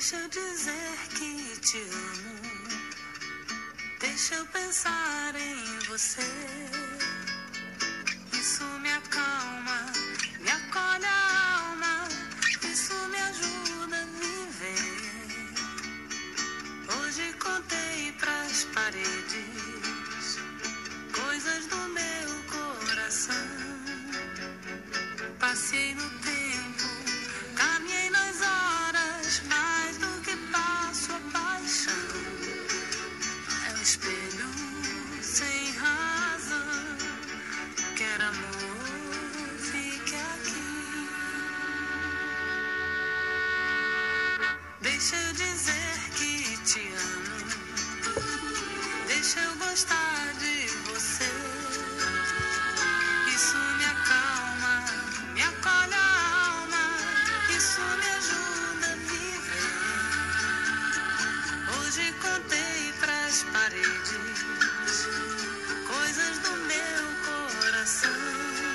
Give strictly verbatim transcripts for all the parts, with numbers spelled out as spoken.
Deixa eu dizer que te amo. Deixa eu pensar em você. Isso me acalma, me acolhe a alma. Isso me ajuda a viver. Hoje contei pras paredes coisas do meu coração. Passei no tempo, caminhei nas horas, mais do que passo a paixão. É um espelho sem razão, quer amor, fique aqui. Deixa eu dizer que te amo, deixa eu gostar de você. Isso me acalma, me acolhe a alma, isso me ajuda a viver. Hoje contei pras paredes coisas do meu coração.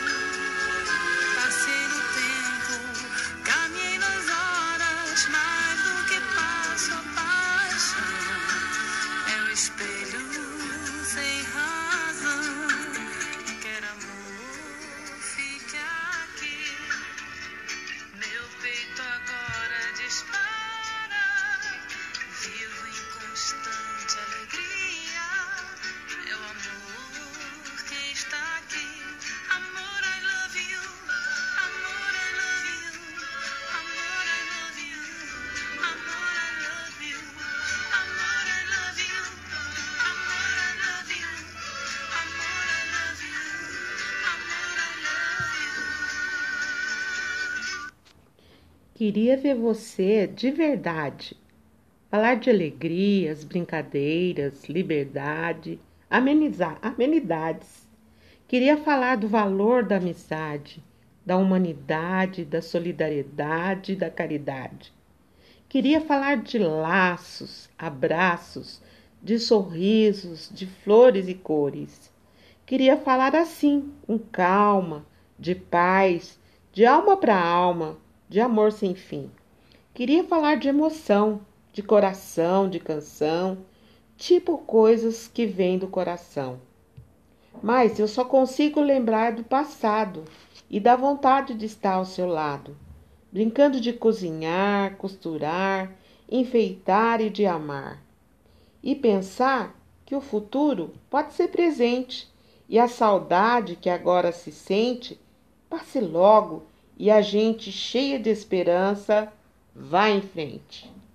Passei no tempo, caminhei nas horas, mais do que passo a paixão. É um espelho sem razão, quer amor, fique aqui. Meu peito agora dispara, vivo em constante alegria. Meu amor que está aqui. Amor, I love you. Amor, I love you. Amor, I love you. Amor, I love you. Amor, I love you. Amor, I love you. Amor, I love you. Amor, I love you. Queria ver você de verdade. Falar de alegrias, brincadeiras, liberdade, amenizar, amenidades. Queria falar do valor da amizade, da humanidade, da solidariedade, da caridade. Queria falar de laços, abraços, de sorrisos, de flores e cores. Queria falar assim, com calma, de paz, de alma para alma, de amor sem fim. Queria falar de emoção, de coração, de canção, tipo coisas que vêm do coração. Mas eu só consigo lembrar do passado e da vontade de estar ao seu lado, brincando de cozinhar, costurar, enfeitar e de amar. E pensar que o futuro pode ser presente e a saudade que agora se sente passe logo e a gente, cheia de esperança, vá em frente.